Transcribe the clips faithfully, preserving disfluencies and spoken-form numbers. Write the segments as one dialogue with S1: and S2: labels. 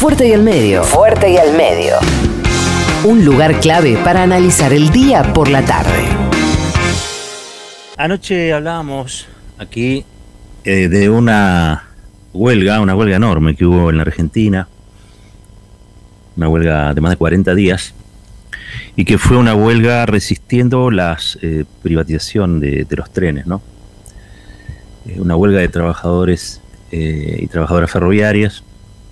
S1: Fuerte y al medio. Fuerte y al medio. Un lugar clave para analizar el día por la tarde.
S2: Anoche hablábamos aquí eh, de una huelga, una huelga enorme que hubo en la Argentina, una huelga de más de cuarenta días, y que fue una huelga resistiendo la eh, privatización de, de los trenes, ¿no? Eh, una huelga de trabajadores eh, y trabajadoras ferroviarias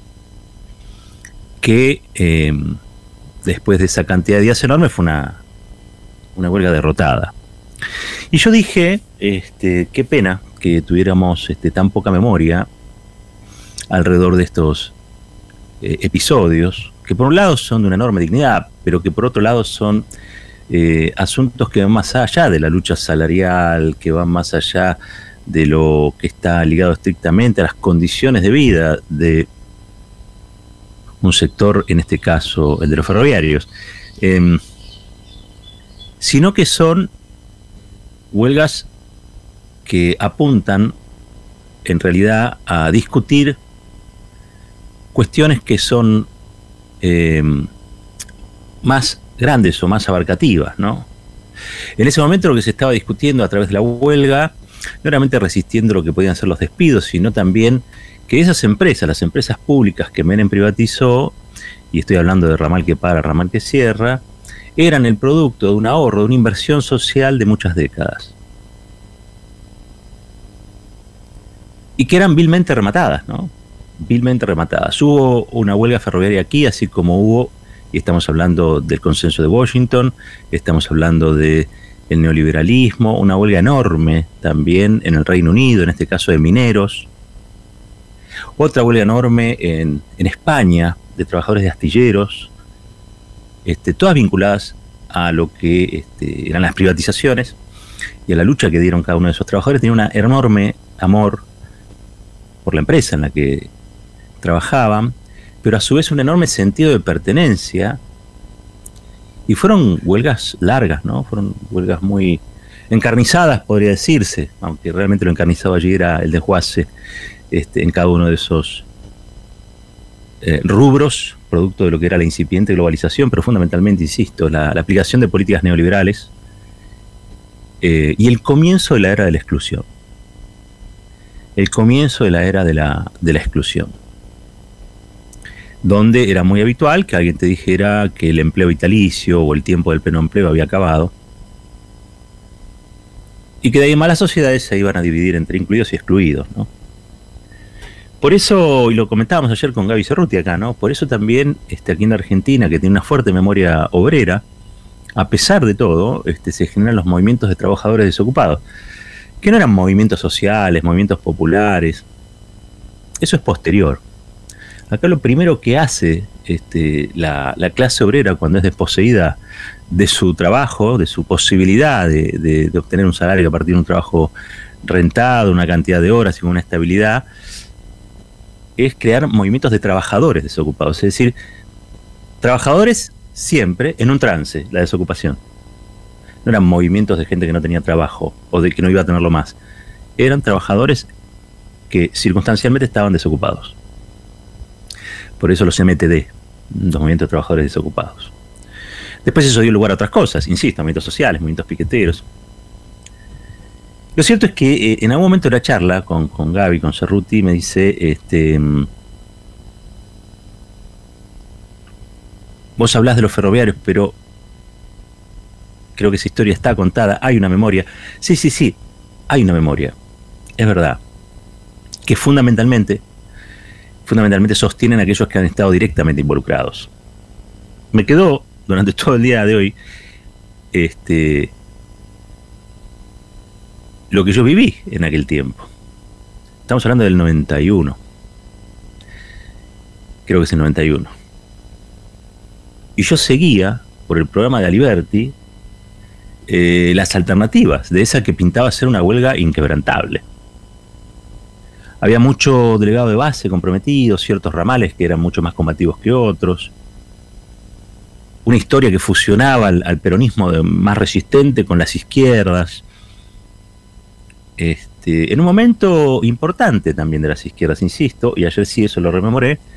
S2: que eh, después de esa cantidad de días enormes fue una, una huelga derrotada. Y yo dije, este, qué pena que tuviéramos este, tan poca memoria alrededor de estos eh, episodios, que por un lado son de una enorme dignidad, pero que por otro lado son eh, asuntos que van más allá de la lucha salarial, que van más allá de lo que está ligado estrictamente a las condiciones de vida de un sector, en este caso el de los ferroviarios, eh, sino que son huelgas que apuntan en realidad a discutir cuestiones que son eh, más grandes o más abarcativas, ¿no? En ese momento lo que se estaba discutiendo a través de la huelga no era solamente resistiendo lo que podían ser los despidos, sino también que esas empresas, las empresas públicas que Menem privatizó, y estoy hablando de ramal que para, ramal que cierra, eran el producto de un ahorro, de una inversión social de muchas décadas. Y que eran vilmente rematadas, ¿no? Vilmente rematadas. Hubo una huelga ferroviaria aquí, así como hubo, y estamos hablando del consenso de Washington, estamos hablando de el neoliberalismo, una huelga enorme también en el Reino Unido, en este caso de mineros, otra huelga enorme en, en España, de trabajadores de astilleros, este, todas vinculadas a lo que este, eran las privatizaciones y a la lucha que dieron cada uno de esos trabajadores. Tenía un enorme amor por la empresa en la que trabajaban, pero a su vez un enorme sentido de pertenencia, y fueron huelgas largas, ¿no? Fueron huelgas muy encarnizadas, podría decirse, aunque realmente lo encarnizado allí era el desguace este, en cada uno de esos eh, rubros, producto de lo que era la incipiente globalización, pero fundamentalmente, insisto, la, la aplicación de políticas neoliberales eh, y el comienzo de la era de la exclusión. El comienzo de la era de la, de la exclusión, donde era muy habitual que alguien te dijera que el empleo vitalicio o el tiempo del pleno empleo había acabado, y que de ahí en más las sociedades se iban a dividir entre incluidos y excluidos, ¿no? Por eso, y lo comentábamos ayer con Gaby Cerruti acá, ¿no? Por eso también este, aquí en Argentina, que tiene una fuerte memoria obrera, a pesar de todo, este, se generan los movimientos de trabajadores desocupados, que no eran movimientos sociales, movimientos populares. Eso es posterior. Acá lo primero que hace este, la, la clase obrera cuando es desposeída de su trabajo, de su posibilidad de, de, de obtener un salario a partir de un trabajo rentado, una cantidad de horas y con una estabilidad, es crear movimientos de trabajadores desocupados. Es decir, trabajadores siempre en un trance, la desocupación. No eran movimientos de gente que no tenía trabajo o de que no iba a tenerlo más. Eran trabajadores que circunstancialmente estaban desocupados. Por eso los M T D, los movimientos de trabajadores desocupados. Después eso dio lugar a otras cosas, insisto, movimientos sociales, movimientos piqueteros. Lo cierto es que eh, en algún momento de la charla con, con Gaby, con Cerruti, me dice, este, vos hablás de los ferroviarios, pero creo que esa historia está contada, hay una memoria. Sí, sí, sí, hay una memoria, es verdad, que fundamentalmente, fundamentalmente sostienen a aquellos que han estado directamente involucrados. Me quedó, durante todo el día de hoy, este... lo que yo viví en aquel tiempo. Estamos hablando del noventa y uno. Creo que es el noventa y uno. Y yo seguía, por el programa de Aliberti, eh, las alternativas de esa que pintaba ser una huelga inquebrantable. Había mucho delegado de base comprometido, ciertos ramales que eran mucho más combativos que otros. Una historia que fusionaba al, al peronismo de, más resistente con las izquierdas. Este, en un momento importante también de las izquierdas, insisto, y ayer sí eso lo rememoré,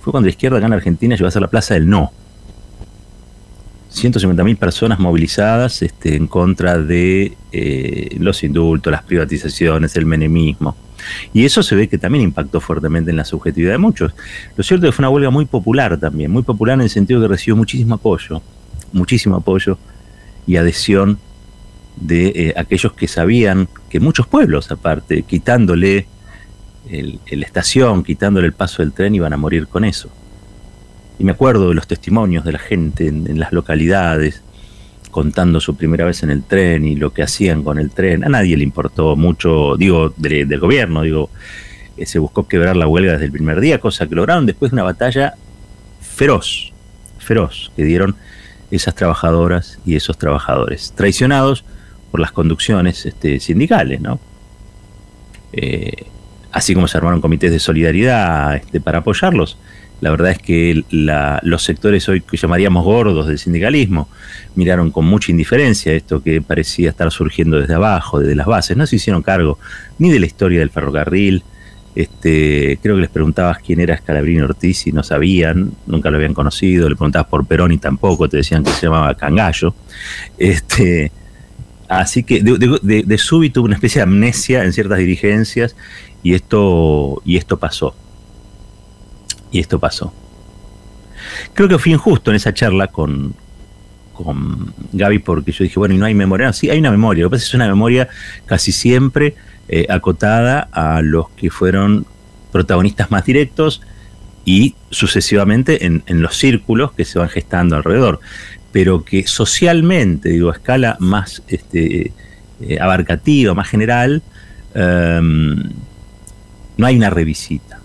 S2: fue cuando la izquierda acá en Argentina llegó a ser la Plaza del No. ciento cincuenta mil personas movilizadas este, en contra de eh, los indultos, las privatizaciones, el menemismo. Y eso se ve que también impactó fuertemente en la subjetividad de muchos. Lo cierto es que fue una huelga muy popular también, muy popular en el sentido que recibió muchísimo apoyo, muchísimo apoyo y adhesión de eh, aquellos que sabían que muchos pueblos, aparte, quitándole el, el estación, quitándole el paso del tren, iban a morir con eso. Y me acuerdo de los testimonios de la gente en, en las localidades, contando su primera vez en el tren y lo que hacían con el tren. A nadie le importó mucho, digo, de, del gobierno, digo, eh, se buscó quebrar la huelga desde el primer día, cosa que lograron después de una batalla feroz, feroz, que dieron esas trabajadoras y esos trabajadores, traicionados por las conducciones este, sindicales, ¿no? Eh, así como se armaron comités de solidaridad este, para apoyarlos. La verdad es que la, los sectores hoy que llamaríamos gordos del sindicalismo miraron con mucha indiferencia esto que parecía estar surgiendo desde abajo, desde las bases. No se hicieron cargo ni de la historia del ferrocarril. Este, creo que les preguntabas quién era Scalabrini Ortiz y no sabían, nunca lo habían conocido. Le preguntabas por Perón y tampoco, te decían que se llamaba Cangallo. Este, así que de, de, de, de súbito hubo una especie de amnesia en ciertas dirigencias y esto, y esto pasó. Y esto pasó. Creo que fui injusto en esa charla con, con Gaby porque yo dije, bueno, y no hay memoria. No, sí, hay una memoria. Lo que pasa es que es una memoria casi siempre eh, acotada a los que fueron protagonistas más directos y sucesivamente en, en los círculos que se van gestando alrededor. Pero que socialmente, digo, a escala más este, eh, abarcativa, más general, eh, no hay una revisita.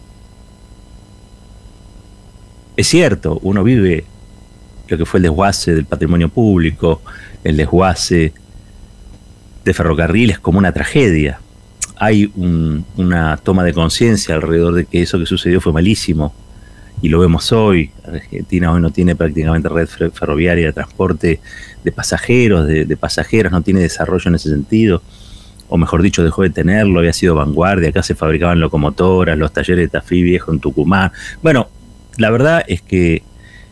S2: Es cierto, uno vive lo que fue el desguace del patrimonio público, el desguace de ferrocarriles como una tragedia. Hay un, una toma de conciencia alrededor de que eso que sucedió fue malísimo y lo vemos hoy. Argentina hoy no tiene prácticamente red ferroviaria de transporte de pasajeros, de, de pasajeros, no tiene desarrollo en ese sentido, o mejor dicho, dejó de tenerlo, había sido vanguardia, acá se fabricaban locomotoras, los talleres de Tafí Viejo en Tucumán. Bueno, la verdad es que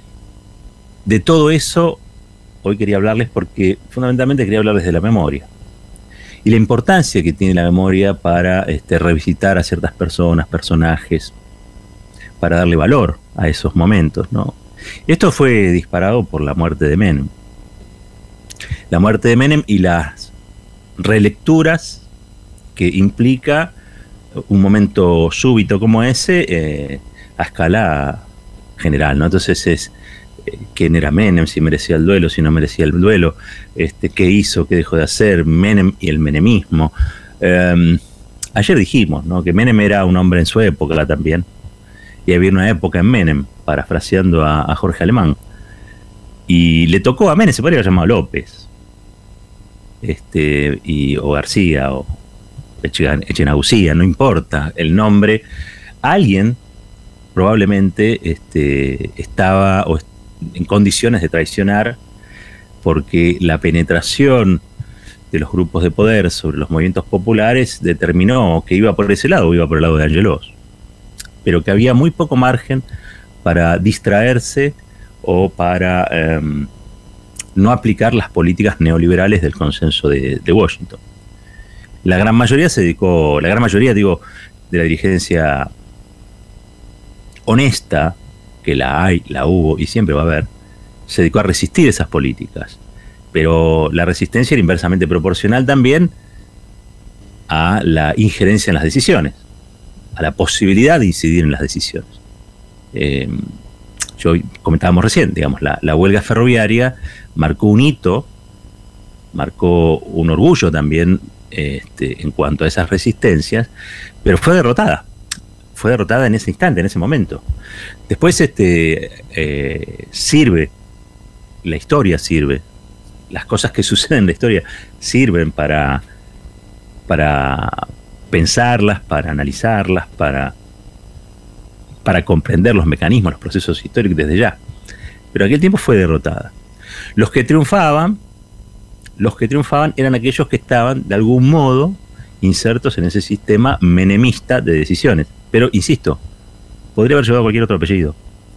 S2: de todo eso hoy quería hablarles porque fundamentalmente quería hablarles de la memoria y la importancia que tiene la memoria para este, revisitar a ciertas personas, personajes, para darle valor a esos momentos, ¿no? Esto fue disparado por la muerte de Menem. La muerte de Menem y las relecturas que implica un momento súbito como ese eh, a escala general, ¿no? Entonces es eh, quién era Menem, si merecía el duelo, si no merecía el duelo, este, qué hizo, qué dejó de hacer, Menem y el menemismo. Eh, ayer dijimos, ¿no?, que Menem era un hombre en su época también, y había una época en Menem, parafraseando a, a Jorge Alemán, y le tocó a Menem, se podría haber llamado López, este, y, o García, o Echenagusía, no importa el nombre, alguien probablemente este, estaba o en condiciones de traicionar porque la penetración de los grupos de poder sobre los movimientos populares determinó que iba por ese lado o iba por el lado de Angelos, pero que había muy poco margen para distraerse o para eh, no aplicar las políticas neoliberales del consenso de, de Washington. La gran mayoría se dedicó, la gran mayoría, digo, de la dirigencia honesta, que la hay, la hubo y siempre va a haber, se dedicó a resistir esas políticas. Pero la resistencia era inversamente proporcional también a la injerencia en las decisiones, a la posibilidad de incidir en las decisiones. Eh, yo comentábamos recién, digamos, la, la huelga ferroviaria marcó un hito, marcó un orgullo también este, en cuanto a esas resistencias, pero fue derrotada. Fue derrotada en ese instante, en ese momento. Después este, eh, sirve, la historia sirve, las cosas que suceden en la historia sirven para, para pensarlas, para analizarlas, para, para comprender los mecanismos, los procesos históricos desde ya. Pero aquel tiempo fue derrotada. Los que triunfaban, los que triunfaban eran aquellos que estaban de algún modo insertos en ese sistema menemista de decisiones. Pero, insisto, podría haber llevado cualquier otro apellido.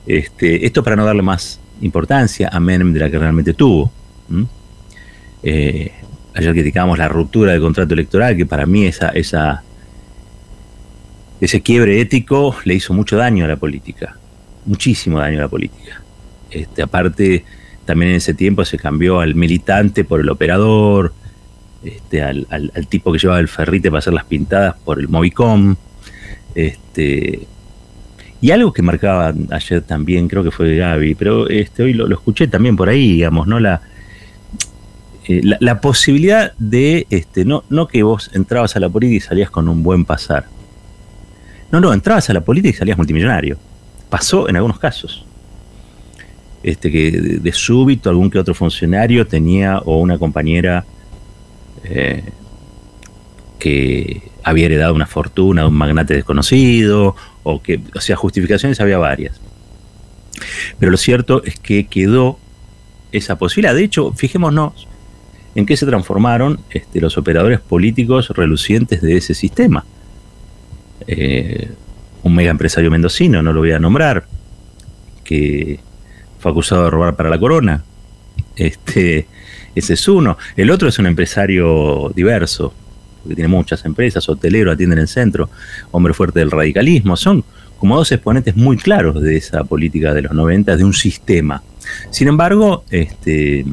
S2: Este, esto para no darle más importancia a Menem de la que realmente tuvo. ¿Mm? Eh, ayer criticábamos la ruptura del contrato electoral, que para mí esa, esa, ese quiebre ético le hizo mucho daño a la política, muchísimo daño a la política. Este, aparte, también en ese tiempo se cambió al militante por el operador, este, al, al, al tipo que llevaba el ferrite para hacer las pintadas por el Movicom. Este, y algo que marcaba ayer también, creo que fue Gaby, pero este, hoy lo, lo escuché también por ahí, digamos, ¿no? La, eh, la, la posibilidad de, este, no, no que vos entrabas a la política y salías con un buen pasar. No, no, entrabas a la política y salías multimillonario. Pasó en algunos casos. Este, que de, de súbito algún que otro funcionario tenía o una compañera eh, que había heredado una fortuna de un magnate desconocido, o que, o sea, justificaciones había varias. Pero lo cierto es que quedó esa posibilidad. De hecho, fijémonos en qué se transformaron este, los operadores políticos relucientes de ese sistema. Eh, un mega empresario mendocino, no lo voy a nombrar, que fue acusado de robar para la corona. Este, ese es uno. El otro es un empresario diverso, que tiene muchas empresas, hotelero, atiende en el centro, hombre fuerte del radicalismo. Son como dos exponentes muy claros de esa política de los noventa, de un sistema. Sin embargo, este,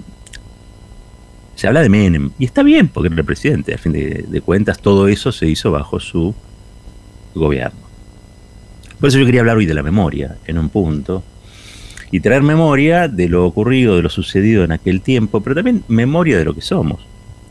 S2: se habla de Menem, y está bien, porque era el presidente. A fin de, de cuentas, todo eso se hizo bajo su gobierno. Por eso yo quería hablar hoy de la memoria, en un punto, y traer memoria de lo ocurrido, de lo sucedido en aquel tiempo, pero también memoria de lo que somos.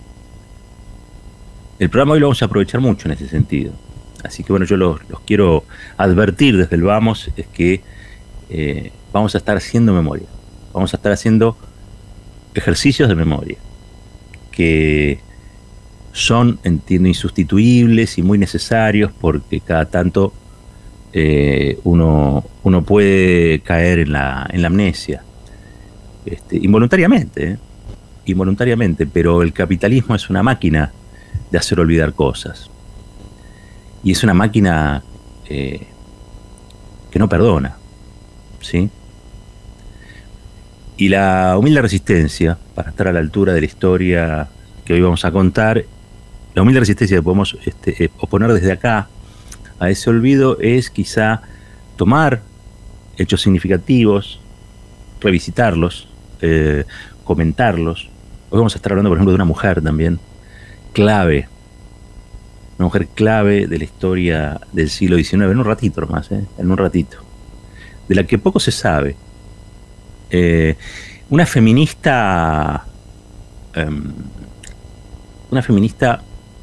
S2: El programa hoy lo vamos a aprovechar mucho en ese sentido. Así que bueno, yo los, los quiero advertir desde el vamos, es que eh, vamos a estar haciendo memoria. Vamos a estar haciendo ejercicios de memoria, que son, entiendo, insustituibles y muy necesarios, porque cada tanto eh, uno, uno puede caer en la, en la amnesia. Este, involuntariamente, ¿eh? Involuntariamente, pero el capitalismo es una máquina de hacer olvidar cosas. Y es una máquina eh, que no perdona, ¿sí? Y la humilde resistencia, para estar a la altura de la historia que hoy vamos a contar, la humilde resistencia que podemos este, eh, oponer desde acá a ese olvido es quizá tomar hechos significativos, revisitarlos, eh, comentarlos. Hoy vamos a estar hablando, por ejemplo, de una mujer también clave, una mujer clave de la historia del siglo diecinueve, en un ratito nomás, ¿eh? en un ratito, de la que poco se sabe. Eh, una feminista, eh, una feminista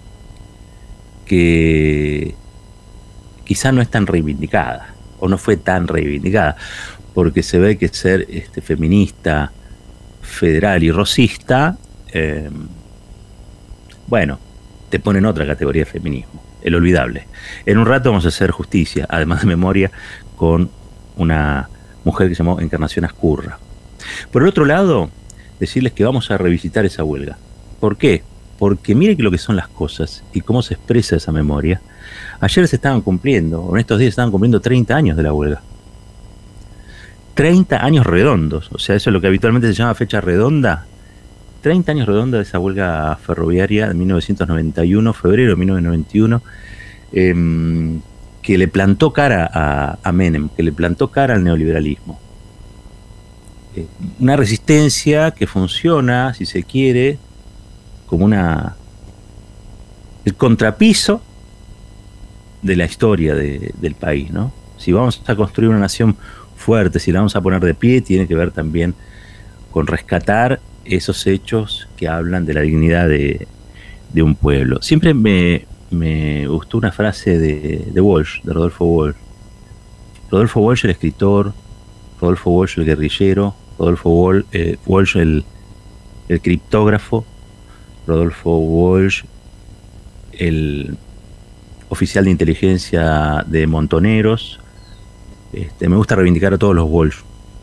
S2: que quizá no es tan reivindicada, o no fue tan reivindicada, porque se ve que ser este, feminista, federal y rosista, eh, bueno, te pone en otra categoría de feminismo, el olvidable. En un rato vamos a hacer justicia, además de memoria, con una mujer que se llamó Encarnación Ascurra. Por el otro lado, decirles que vamos a revisitar esa huelga. ¿Por qué? Porque mire que lo que son las cosas y cómo se expresa esa memoria. Ayer se estaban cumpliendo, o en estos días se estaban cumpliendo treinta años de la huelga. treinta años redondos, o sea, eso es lo que habitualmente se llama fecha redonda. treinta años redonda de esa huelga ferroviaria de mil novecientos noventa y uno, febrero de mil novecientos noventa y uno, eh, que le plantó cara a, a Menem, que le plantó cara al neoliberalismo. Eh, una resistencia que funciona, si se quiere, como una el contrapiso de la historia de, del país, ¿no? Si vamos a construir una nación fuerte, si la vamos a poner de pie, tiene que ver también con rescatar esos hechos que hablan de la dignidad de, de un pueblo. Siempre me, me gustó una frase de, de Walsh, de Rodolfo Walsh. Rodolfo Walsh, el escritor, Rodolfo Walsh, el guerrillero, Rodolfo Walsh, eh, Walsh el, el criptógrafo, Rodolfo Walsh, el oficial de inteligencia de Montoneros. Este, me gusta reivindicar a todos los Walsh.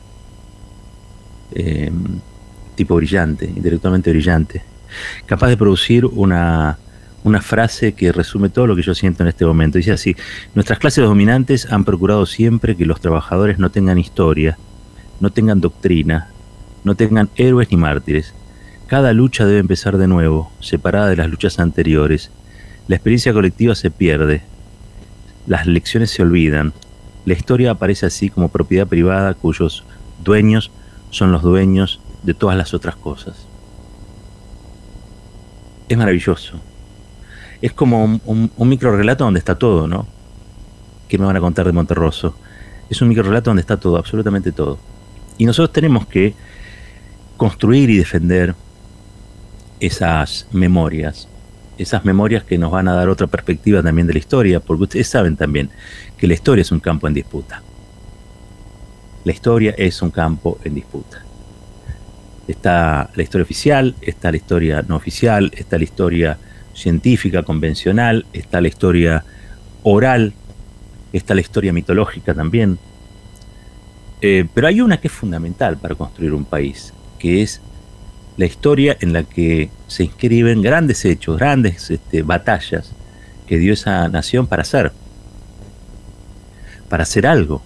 S2: Eh, tipo brillante, intelectualmente brillante, capaz de producir una, una frase que resume todo lo que yo siento en este momento. Dice así: nuestras clases dominantes han procurado siempre que los trabajadores no tengan historia, no tengan doctrina, no tengan héroes ni mártires. Cada lucha debe empezar de nuevo, separada de las luchas anteriores. La experiencia colectiva se pierde, las lecciones se olvidan. La historia aparece así como propiedad privada cuyos dueños son los dueños de todas las otras cosas. Es maravilloso. Es como un, un, un microrrelato donde está todo, ¿no? ¿Qué me van a contar de Monterroso? Es un microrrelato donde está todo, absolutamente todo. Y nosotros tenemos que construir y defender esas memorias, esas memorias que nos van a dar otra perspectiva también de la historia, porque ustedes saben también que la historia es un campo en disputa. La historia es un campo en disputa. Está la historia oficial, está la historia no oficial, está la historia científica, convencional, está la historia oral, está la historia mitológica también. Eh, pero hay una que es fundamental para construir un país, que es la historia en la que se inscriben grandes hechos, grandes este, batallas que dio esa nación para hacer, para hacer algo.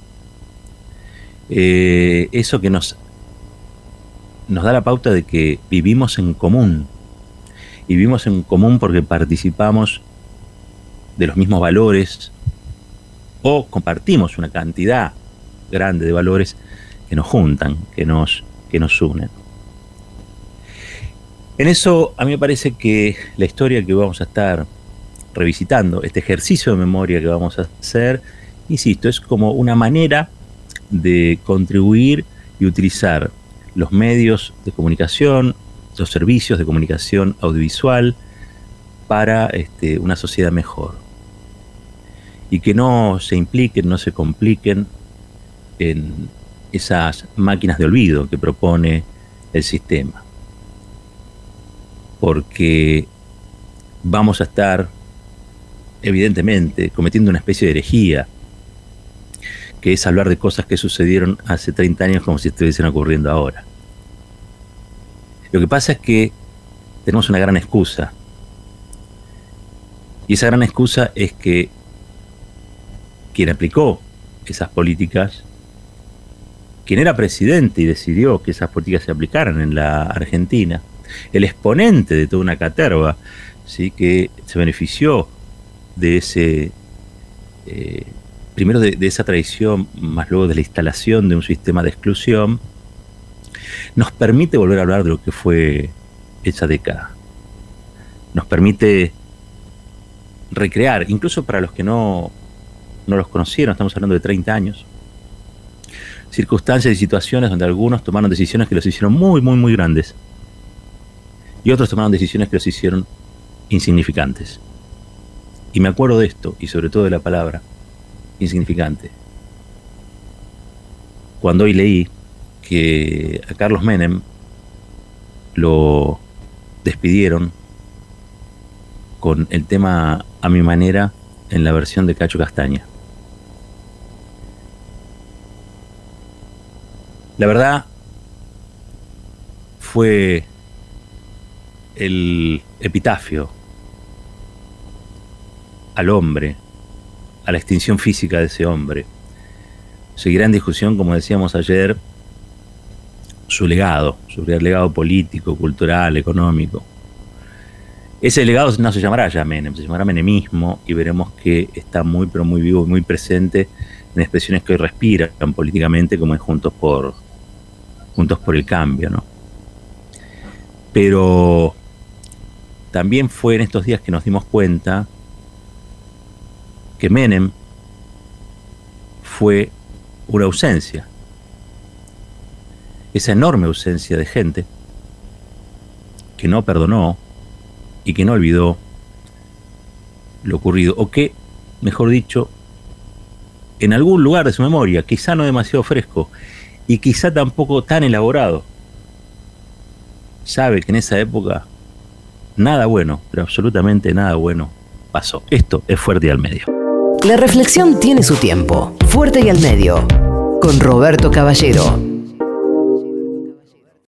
S2: Eh, eso que nos, nos da la pauta de que vivimos en común, y vivimos en común porque participamos de los mismos valores o compartimos una cantidad grande de valores que nos juntan, que nos, que nos unen. En eso a mí me parece que la historia que vamos a estar revisitando, este ejercicio de memoria que vamos a hacer, insisto, es como una manera de contribuir y utilizar los medios de comunicación, los servicios de comunicación audiovisual para este, una sociedad mejor. Y que no se impliquen, no se compliquen en esas máquinas de olvido que propone el sistema. Porque vamos a estar, evidentemente, cometiendo una especie de herejía, que es hablar de cosas que sucedieron hace treinta años como si estuviesen ocurriendo ahora. Lo que pasa es que tenemos una gran excusa. Y esa gran excusa es que quien aplicó esas políticas, quien era presidente y decidió que esas políticas se aplicaran en la Argentina, el exponente de toda una caterva, ¿sí?, que se benefició de ese, eh, primero de, de esa tradición, más luego de la instalación de un sistema de exclusión, nos permite volver a hablar de lo que fue esa década. Nos permite recrear, incluso para los que no, no los conocieron, estamos hablando de treinta años, circunstancias y situaciones donde algunos tomaron decisiones que los hicieron muy, muy, muy grandes. Y otros tomaron decisiones que los hicieron insignificantes. Y me acuerdo de esto, y sobre todo de la palabra insignificante, cuando hoy leí que a Carlos Menem lo despidieron con el tema A mi manera en la versión de Cacho Castaña. La verdad fue el epitafio al hombre, a la extinción física de ese hombre. Seguirá en discusión, como decíamos ayer, su legado, su legado político, cultural, económico. Ese legado no se llamará ya Menem, se llamará menemismo, y veremos que está muy, pero muy vivo y muy presente en expresiones que hoy respiran políticamente, como es Juntos por, Juntos por el Cambio, ¿no? Pero también fue en estos días que nos dimos cuenta que Menem fue una ausencia, esa enorme ausencia de gente que no perdonó y que no olvidó lo ocurrido, o que, mejor dicho, en algún lugar de su memoria, quizá no demasiado fresco y quizá tampoco tan elaborado, sabe que en esa época nada bueno, pero absolutamente nada bueno pasó. Esto es Fuerte y al Medio.
S1: La reflexión tiene su tiempo. Fuerte y al Medio, con Roberto Caballero.